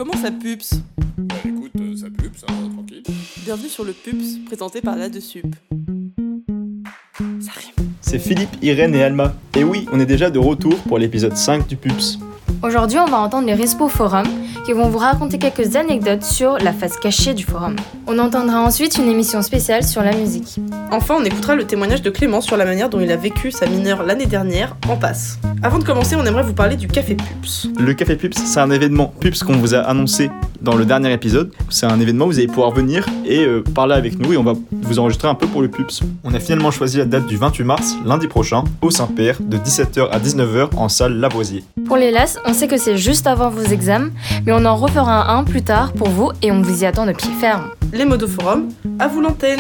Comment ça pups? Bah écoute, ça pups, hein, tranquille. Bienvenue sur le pups, présenté par la de Sup. Ça rime. C'est Philippe, Irène et Alma. Et oui, on est déjà de retour pour l'épisode 5 du pups. Aujourd'hui, on va entendre les Respo Forum qui vont vous raconter quelques anecdotes sur la face cachée du forum. On entendra ensuite une émission spéciale sur la musique. Enfin, on écoutera le témoignage de Clément sur la manière dont il a vécu sa mineure l'année dernière en passe. Avant de commencer, on aimerait vous parler du Café Pups. Le Café Pups, c'est un événement pups qu'on vous a annoncé dans le dernier épisode. C'est un événement où vous allez pouvoir venir et parler avec nous et on va vous enregistrer un peu pour le pups. On a finalement choisi la date du 28 mars, lundi prochain, au Saint-Père, de 17h à 19h en salle Lavoisier. Pour les LAS, on sait que c'est juste avant vos examens, mais on en refera un plus tard pour vous et on vous y attend de pied ferme. Les modos forum, à vous l'antenne.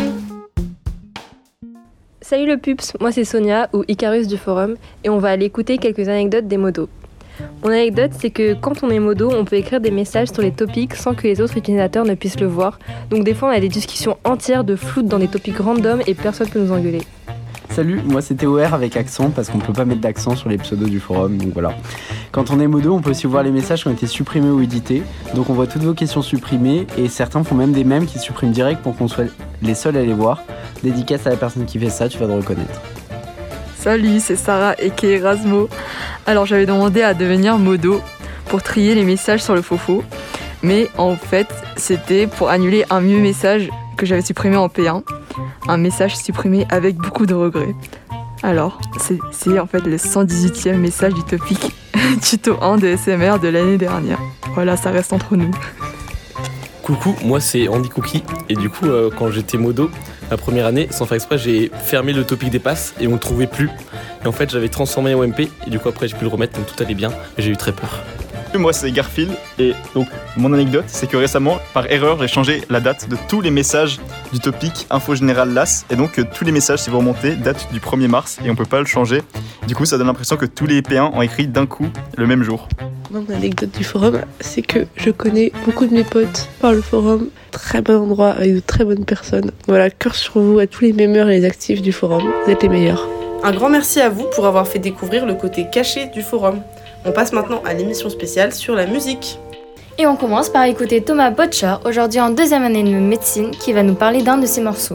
Salut le pups, moi c'est Sonia ou Icarus du forum et on va aller écouter quelques anecdotes des modos. Mon anecdote, c'est que quand on est modo, on peut écrire des messages sur les topics sans que les autres utilisateurs ne puissent le voir. Donc des fois on a des discussions entières de floutes dans des topics random et personne peut nous engueuler. Salut, moi c'est TOR avec accent parce qu'on peut pas mettre d'accent sur les pseudos du forum, donc voilà. Quand on est modo, on peut aussi voir les messages qui ont été supprimés ou édités, donc on voit toutes vos questions supprimées et certains font même des mèmes qui suppriment direct pour qu'on soit les seuls à les voir. Dédicace à la personne qui fait ça, tu vas te reconnaître. Salut, c'est Sarah aka Erasmo. Alors j'avais demandé à devenir modo pour trier les messages sur le fofo, mais en fait c'était pour annuler un vieux message que j'avais supprimé en P1, un message supprimé avec beaucoup de regrets. Alors c'est en fait le 118e message du topic tuto 1 de SMR de l'année dernière. Voilà, ça reste entre nous. Coucou, moi c'est Andy Cookie et du coup quand j'étais modo la première année, sans faire exprès, j'ai fermé le topic des passes et on le trouvait plus. Et en fait j'avais transformé en MP et du coup après j'ai pu le remettre donc tout allait bien, mais j'ai eu très peur. Moi c'est Garfield et donc mon anecdote c'est que récemment par erreur j'ai changé la date de tous les messages du topic info générale LAS et donc tous les messages si vous remontez datent du 1er mars et on peut pas le changer. Du coup ça donne l'impression que tous les P1 ont écrit d'un coup le même jour. Mon anecdote du forum, c'est que je connais beaucoup de mes potes par le forum. Très bon endroit avec de très bonnes personnes. Voilà, cœur sur vous à tous les mémeurs et les actifs du forum. Vous êtes les meilleurs. Un grand merci à vous pour avoir fait découvrir le côté caché du forum. On passe maintenant à l'émission spéciale sur la musique. Et on commence par écouter Thomas Botcher, aujourd'hui en 2e année de médecine, qui va nous parler d'un de ses morceaux.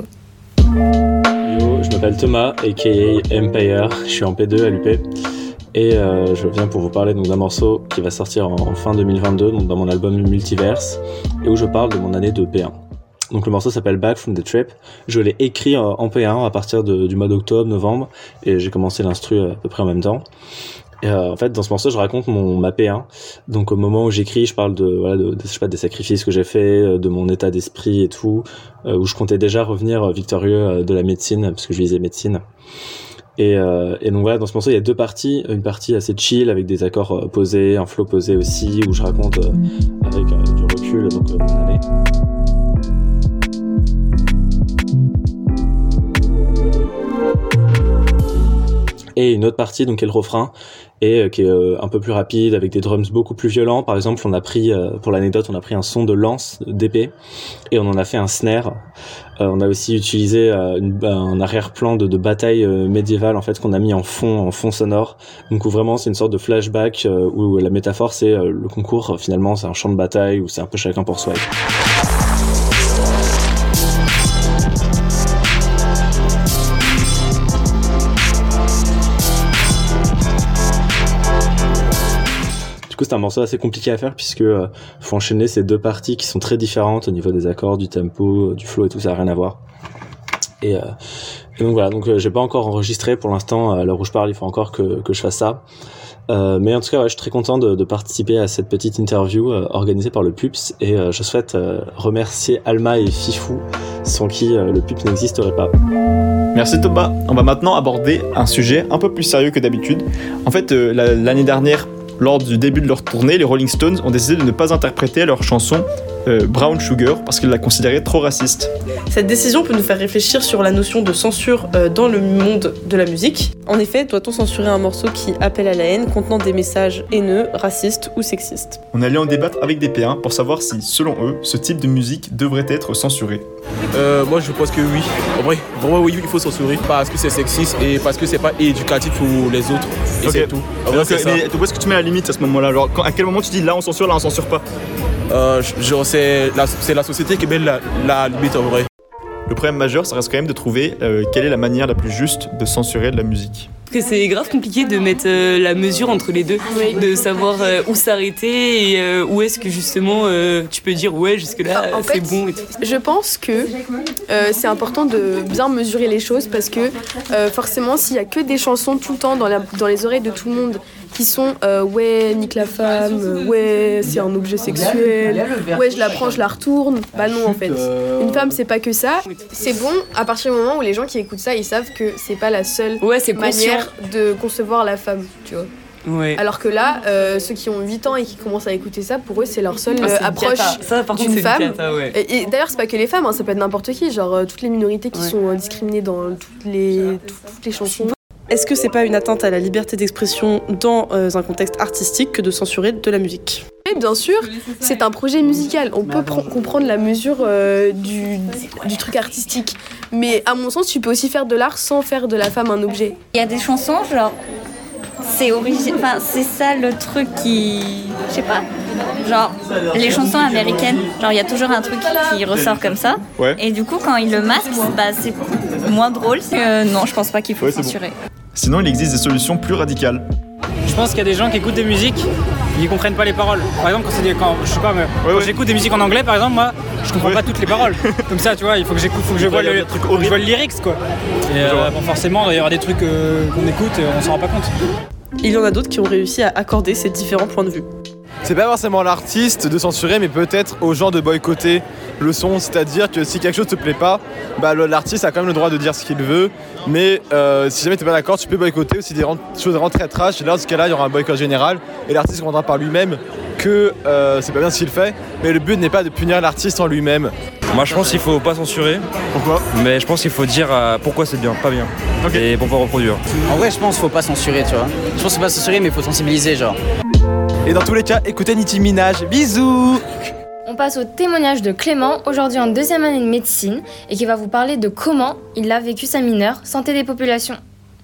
Yo, je m'appelle Thomas, aka Empire, je suis en P2 à l'UP. Et je viens pour vous parler donc, d'un morceau qui va sortir en fin 2022, donc dans mon album Multiverse, et où je parle de mon année de P1. Donc le morceau s'appelle Back from the Trip. Je l'ai écrit en P1 à partir du mois d'octobre, novembre, et j'ai commencé l'instru à peu près en même temps. Et en fait, dans ce morceau, je raconte ma P1. Donc au moment où j'écris, je parle je sais pas, des sacrifices que j'ai faits, de mon état d'esprit et tout, où je comptais déjà revenir victorieux de la médecine, parce que je visais médecine. Et donc voilà, dans ce morceau, il y a deux parties. Une partie assez chill avec des accords posés, un flow posé aussi, où je raconte avec du recul donc mon année. Et une autre partie donc qui est le refrain et qui est un peu plus rapide avec des drums beaucoup plus violents. Par exemple, on a pris pour l'anecdote, on a pris un son de lance d'épée et on en a fait un snare. On a aussi utilisé un arrière-plan de bataille médiévale en fait qu'on a mis en fond sonore. Donc où vraiment c'est une sorte de flashback où la métaphore c'est le concours finalement c'est un champ de bataille où c'est un peu chacun pour soi. Du coup, c'est un morceau assez compliqué à faire puisque faut enchaîner ces deux parties qui sont très différentes au niveau des accords, du tempo, du flow et tout, ça n'a rien à voir. Et donc voilà, j'ai pas encore enregistré pour l'instant. À l'heure où je parle, il faut encore que je fasse ça. Mais en tout cas, ouais, je suis très content de participer à cette petite interview organisée par le Pups et je souhaite remercier Alma et Fifou, sans qui le Pups n'existerait pas. Merci Thomas. On va maintenant aborder un sujet un peu plus sérieux que d'habitude. En fait, l'année dernière, lors du début de leur tournée, les Rolling Stones ont décidé de ne pas interpréter leur chanson Brown Sugar parce qu'ils la considéraient trop raciste. Cette décision peut nous faire réfléchir sur la notion de censure dans le monde de la musique. En effet, doit-on censurer un morceau qui appelle à la haine contenant des messages haineux, racistes ou sexistes ? On allait en débattre avec des P1 pour savoir si, selon eux, ce type de musique devrait être censuré. Moi je pense que oui. En vrai, vraiment oui, il faut censurer parce que c'est sexiste et parce que c'est pas éducatif pour les autres. Et okay. C'est tout. Mais où est-ce que tu mets la limite à ce moment-là ? Genre, à quel moment tu dis là on censure pas ? C'est la société qui met la limite en vrai. Le problème majeur, ça reste quand même de trouver quelle est la manière la plus juste de censurer de la musique. Que c'est grave compliqué de mettre la mesure entre les deux, de savoir où s'arrêter et où est-ce que justement tu peux dire ouais jusque là c'est bon et tout. Je pense que c'est important de bien mesurer les choses parce que forcément s'il y a que des chansons tout le temps dans les oreilles de tout le monde qui sont ouais nique la femme, ouais c'est un objet sexuel, ouais je la prends je la retourne, bah non en fait une femme c'est pas que ça. C'est bon à partir du moment où les gens qui écoutent ça ils savent que c'est pas la seule manière de concevoir la femme, tu vois. Ouais. Alors que là, ceux qui ont 8 ans et qui commencent à écouter ça, pour eux, c'est leur seule approche d'une femme. Ouais. Et d'ailleurs, c'est pas que les femmes, hein, ça peut être n'importe qui, genre toutes les minorités qui sont discriminées dans toutes les chansons. Est-ce que c'est pas une atteinte à la liberté d'expression dans un contexte artistique que de censurer de la musique ? Et bien sûr, c'est un projet musical. On peut comprendre la mesure du truc artistique. Mais à mon sens, tu peux aussi faire de l'art sans faire de la femme un objet. Il y a des chansons, genre, c'est ça le truc qui... Je sais pas. Genre, les chansons américaines, genre, il y a toujours un truc qui ressort comme ça. Ouais. Et du coup, quand ils le masquent, bah, c'est moins drôle. Non, je pense pas qu'il faut censurer. Bon. Sinon, il existe des solutions plus radicales. Je pense qu'il y a des gens qui écoutent des musiques, ils comprennent pas les paroles. Par exemple, quand j'écoute des musiques en anglais, par exemple, moi, je comprends pas toutes les paroles. Comme ça, tu vois, il faut que je vois le lyrics, quoi. Et bon, forcément, il doit y avoir des trucs qu'on écoute, on s'en rend pas compte. Il y en a d'autres qui ont réussi à accorder ces différents points de vue. C'est pas forcément l'artiste de censurer, mais peut-être aux gens de boycotter le son. C'est-à-dire que si quelque chose te plaît pas, bah, l'artiste a quand même le droit de dire ce qu'il veut. Mais si jamais t'es pas d'accord, tu peux boycotter. Si des choses rentrent très trash, là, dans ce cas-là, il y aura un boycott général. Et l'artiste comprendra par lui-même que c'est pas bien ce qu'il fait. Mais le but n'est pas de punir l'artiste en lui-même. Moi, je pense qu'il faut pas censurer. Pourquoi ? Mais je pense qu'il faut dire pourquoi c'est bien, pas bien. Okay. Et pour pas reproduire. En vrai, je pense qu'il faut pas censurer, tu vois. Je pense qu'il faut pas censurer, mais il faut sensibiliser, genre. Et dans tous les cas, écoutez Nicki Minaj. Bisous! On passe au témoignage de Clément, aujourd'hui en 2e année de médecine, et qui va vous parler de comment il a vécu sa mineure santé des populations.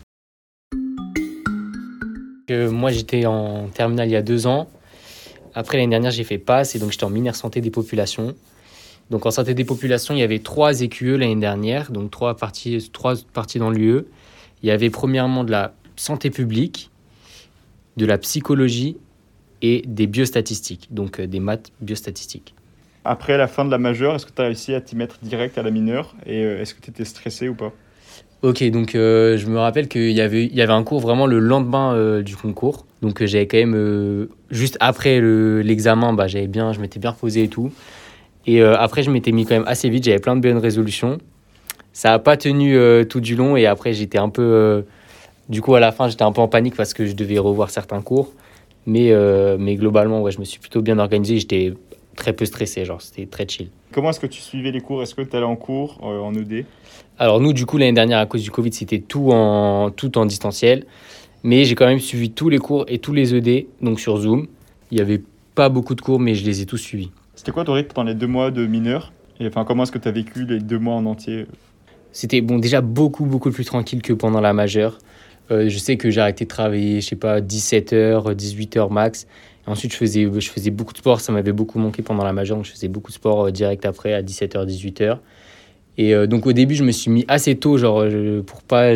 Moi, j'étais en terminale il y a 2 ans. Après, l'année dernière, j'ai fait PASS, et donc j'étais en mineure santé des populations. Donc en santé des populations, il y avait 3 EQE l'année dernière, donc 3 parties dans l'UE. Il y avait premièrement de la santé publique, de la psychologie et des biostatistiques, donc des maths biostatistiques. Après la fin de la majeure, est-ce que tu as réussi à t'y mettre direct à la mineure et est-ce que tu étais stressé ou pas ? Ok, donc je me rappelle qu'il y avait un cours vraiment le lendemain du concours. Donc j'avais quand même, juste après l'examen, bah, je m'étais bien reposé et tout. Et après, je m'étais mis quand même assez vite, j'avais plein de bonnes résolutions. Ça n'a pas tenu tout du long et après, j'étais un peu... du coup, à la fin, j'étais un peu en panique parce que je devais revoir certains cours. Mais globalement, ouais, je me suis plutôt bien organisé. J'étais très peu stressé, genre c'était très chill. Comment est-ce que tu suivais les cours ? Est-ce que tu allais en cours, en ED ? Alors nous, du coup, l'année dernière, à cause du Covid, c'était tout en distanciel. Mais j'ai quand même suivi tous les cours et tous les ED, donc sur Zoom. Il n'y avait pas beaucoup de cours, mais je les ai tous suivis. C'était quoi ton rythme pendant les 2 mois de mineur ? Et enfin, comment est-ce que tu as vécu les 2 mois en entier ? C'était déjà beaucoup plus tranquille que pendant la majeure. Je sais que j'ai arrêté de travailler, je sais pas, 17h, 18h max. Et ensuite, je faisais beaucoup de sport. Ça m'avait beaucoup manqué pendant la majeure. Donc, je faisais beaucoup de sport direct après, à 17h, 18h. Et donc, au début, je me suis mis assez tôt, genre, pour pas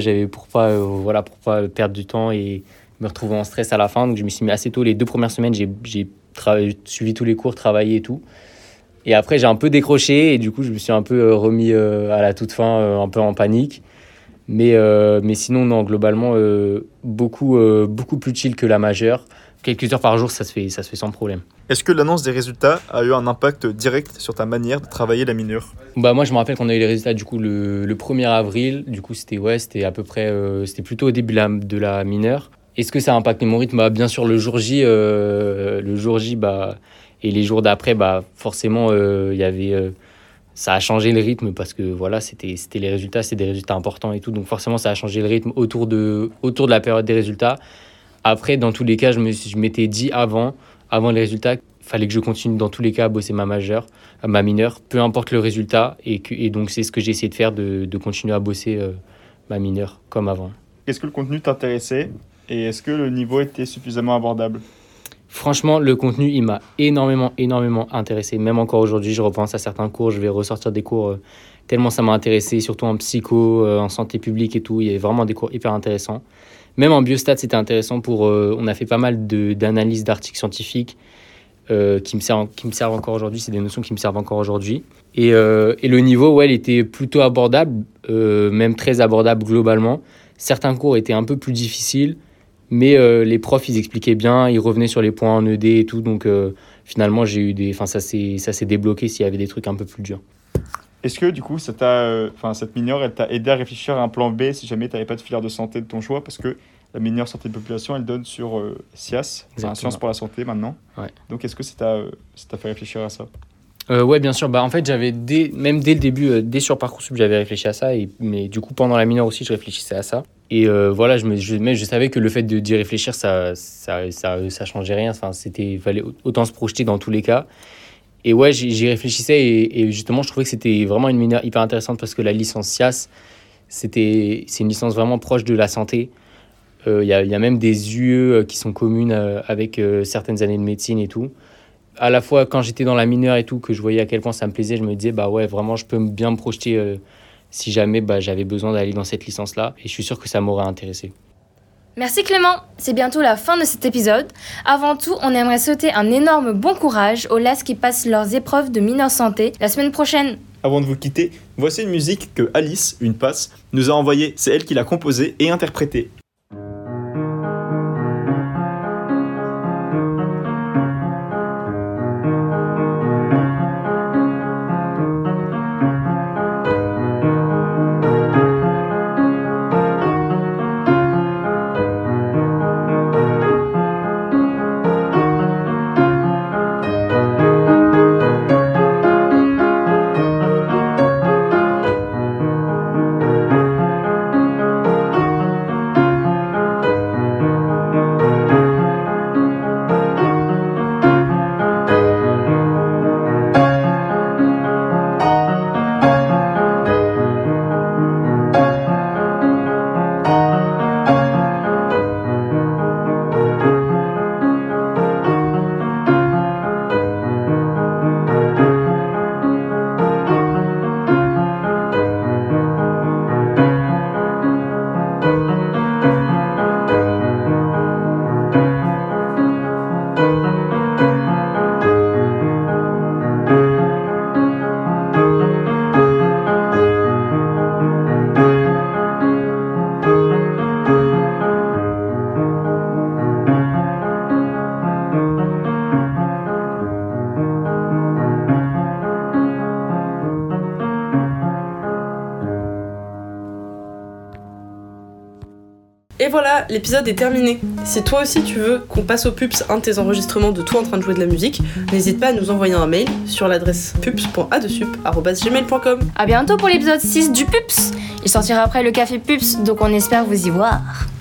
perdre du temps et me retrouver en stress à la fin. Donc, je me suis mis assez tôt. Les 2 premières semaines, j'ai suivi tous les cours, travaillé et tout. Et après, j'ai un peu décroché. Et du coup, je me suis un peu remis à la toute fin, un peu en panique. Mais sinon, non, globalement, beaucoup plus chill que la majeure. Quelques heures par jour, ça se fait sans problème. Est-ce que l'annonce des résultats a eu un impact direct sur ta manière de travailler la mineure ? Bah moi, je me rappelle qu'on a eu les résultats du coup le 1er avril. Du coup, c'était à peu près, c'était plutôt au début de la mineure. Est-ce que ça a impacté mon rythme ? Bah, bien sûr, le jour J, bah, et les jours d'après, bah, forcément, il y avait... ça a changé le rythme parce que voilà, c'était les résultats, c'est des résultats importants et tout. Donc forcément, ça a changé le rythme autour de la période des résultats. Après, dans tous les cas, je m'étais dit avant les résultats, il fallait que je continue dans tous les cas à bosser ma mineure, peu importe le résultat. Et donc, c'est ce que j'ai essayé de faire, de continuer à bosser ma mineure comme avant. Est-ce que le contenu t'intéressait et est-ce que le niveau était suffisamment abordable ? Franchement, le contenu, il m'a énormément intéressé. Même encore aujourd'hui, je repense à certains cours, je vais ressortir des cours tellement ça m'a intéressé, surtout en psycho, en santé publique et tout. Il y avait vraiment des cours hyper intéressants. Même en biostat, c'était intéressant on a fait pas mal d'analyses d'articles scientifiques qui me servent encore aujourd'hui. C'est des notions qui me servent encore aujourd'hui. Et le niveau, ouais, il était plutôt abordable, même très abordable globalement. Certains cours étaient un peu plus difficiles, mais les profs, ils expliquaient bien, ils revenaient sur les points en ED et tout. Donc finalement, ça s'est débloqué s'il y avait des trucs un peu plus durs. Est-ce que du coup, cette mineure, elle t'a aidé à réfléchir à un plan B si jamais tu n'avais pas de filière de santé de ton choix? Parce que la mineure santé de population, elle donne sur SIAS, Sciences pour la santé maintenant. Ouais. Donc est-ce que ça t'a fait réfléchir à ça? Ouais, bien sûr. En fait, j'avais même dès le début, dès sur Parcoursup, j'avais réfléchi à ça. Mais du coup, pendant la mineure aussi, je réfléchissais à ça. Et voilà, je savais que le fait d'y réfléchir, ça changeait rien. Enfin, il fallait autant se projeter dans tous les cas. Et ouais, j'y réfléchissais et justement, je trouvais que c'était vraiment une mineure hyper intéressante parce que la licence SIAS, c'est une licence vraiment proche de la santé. Il y a même des UE qui sont communes avec certaines années de médecine et tout. À la fois, quand j'étais dans la mineure et tout, que je voyais à quel point ça me plaisait, je me disais, bah ouais, vraiment, je peux bien me projeter si jamais j'avais besoin d'aller dans cette licence-là. Et je suis sûr que ça m'aurait intéressé. Merci Clément, c'est bientôt la fin de cet épisode. Avant tout, on aimerait souhaiter un énorme bon courage aux LAS qui passent leurs épreuves de mineure santé la semaine prochaine. Avant de vous quitter, voici une musique que Alice, une passe, nous a envoyée. C'est elle qui l'a composée et interprétée. Et voilà, l'épisode est terminé. Si toi aussi tu veux qu'on passe au PUPS un de tes enregistrements de toi en train de jouer de la musique, n'hésite pas à nous envoyer un mail sur l'adresse pups.adesup@gmail.com. À bientôt pour l'épisode 6 du PUPS. Il sortira après le café PUPS, donc on espère vous y voir.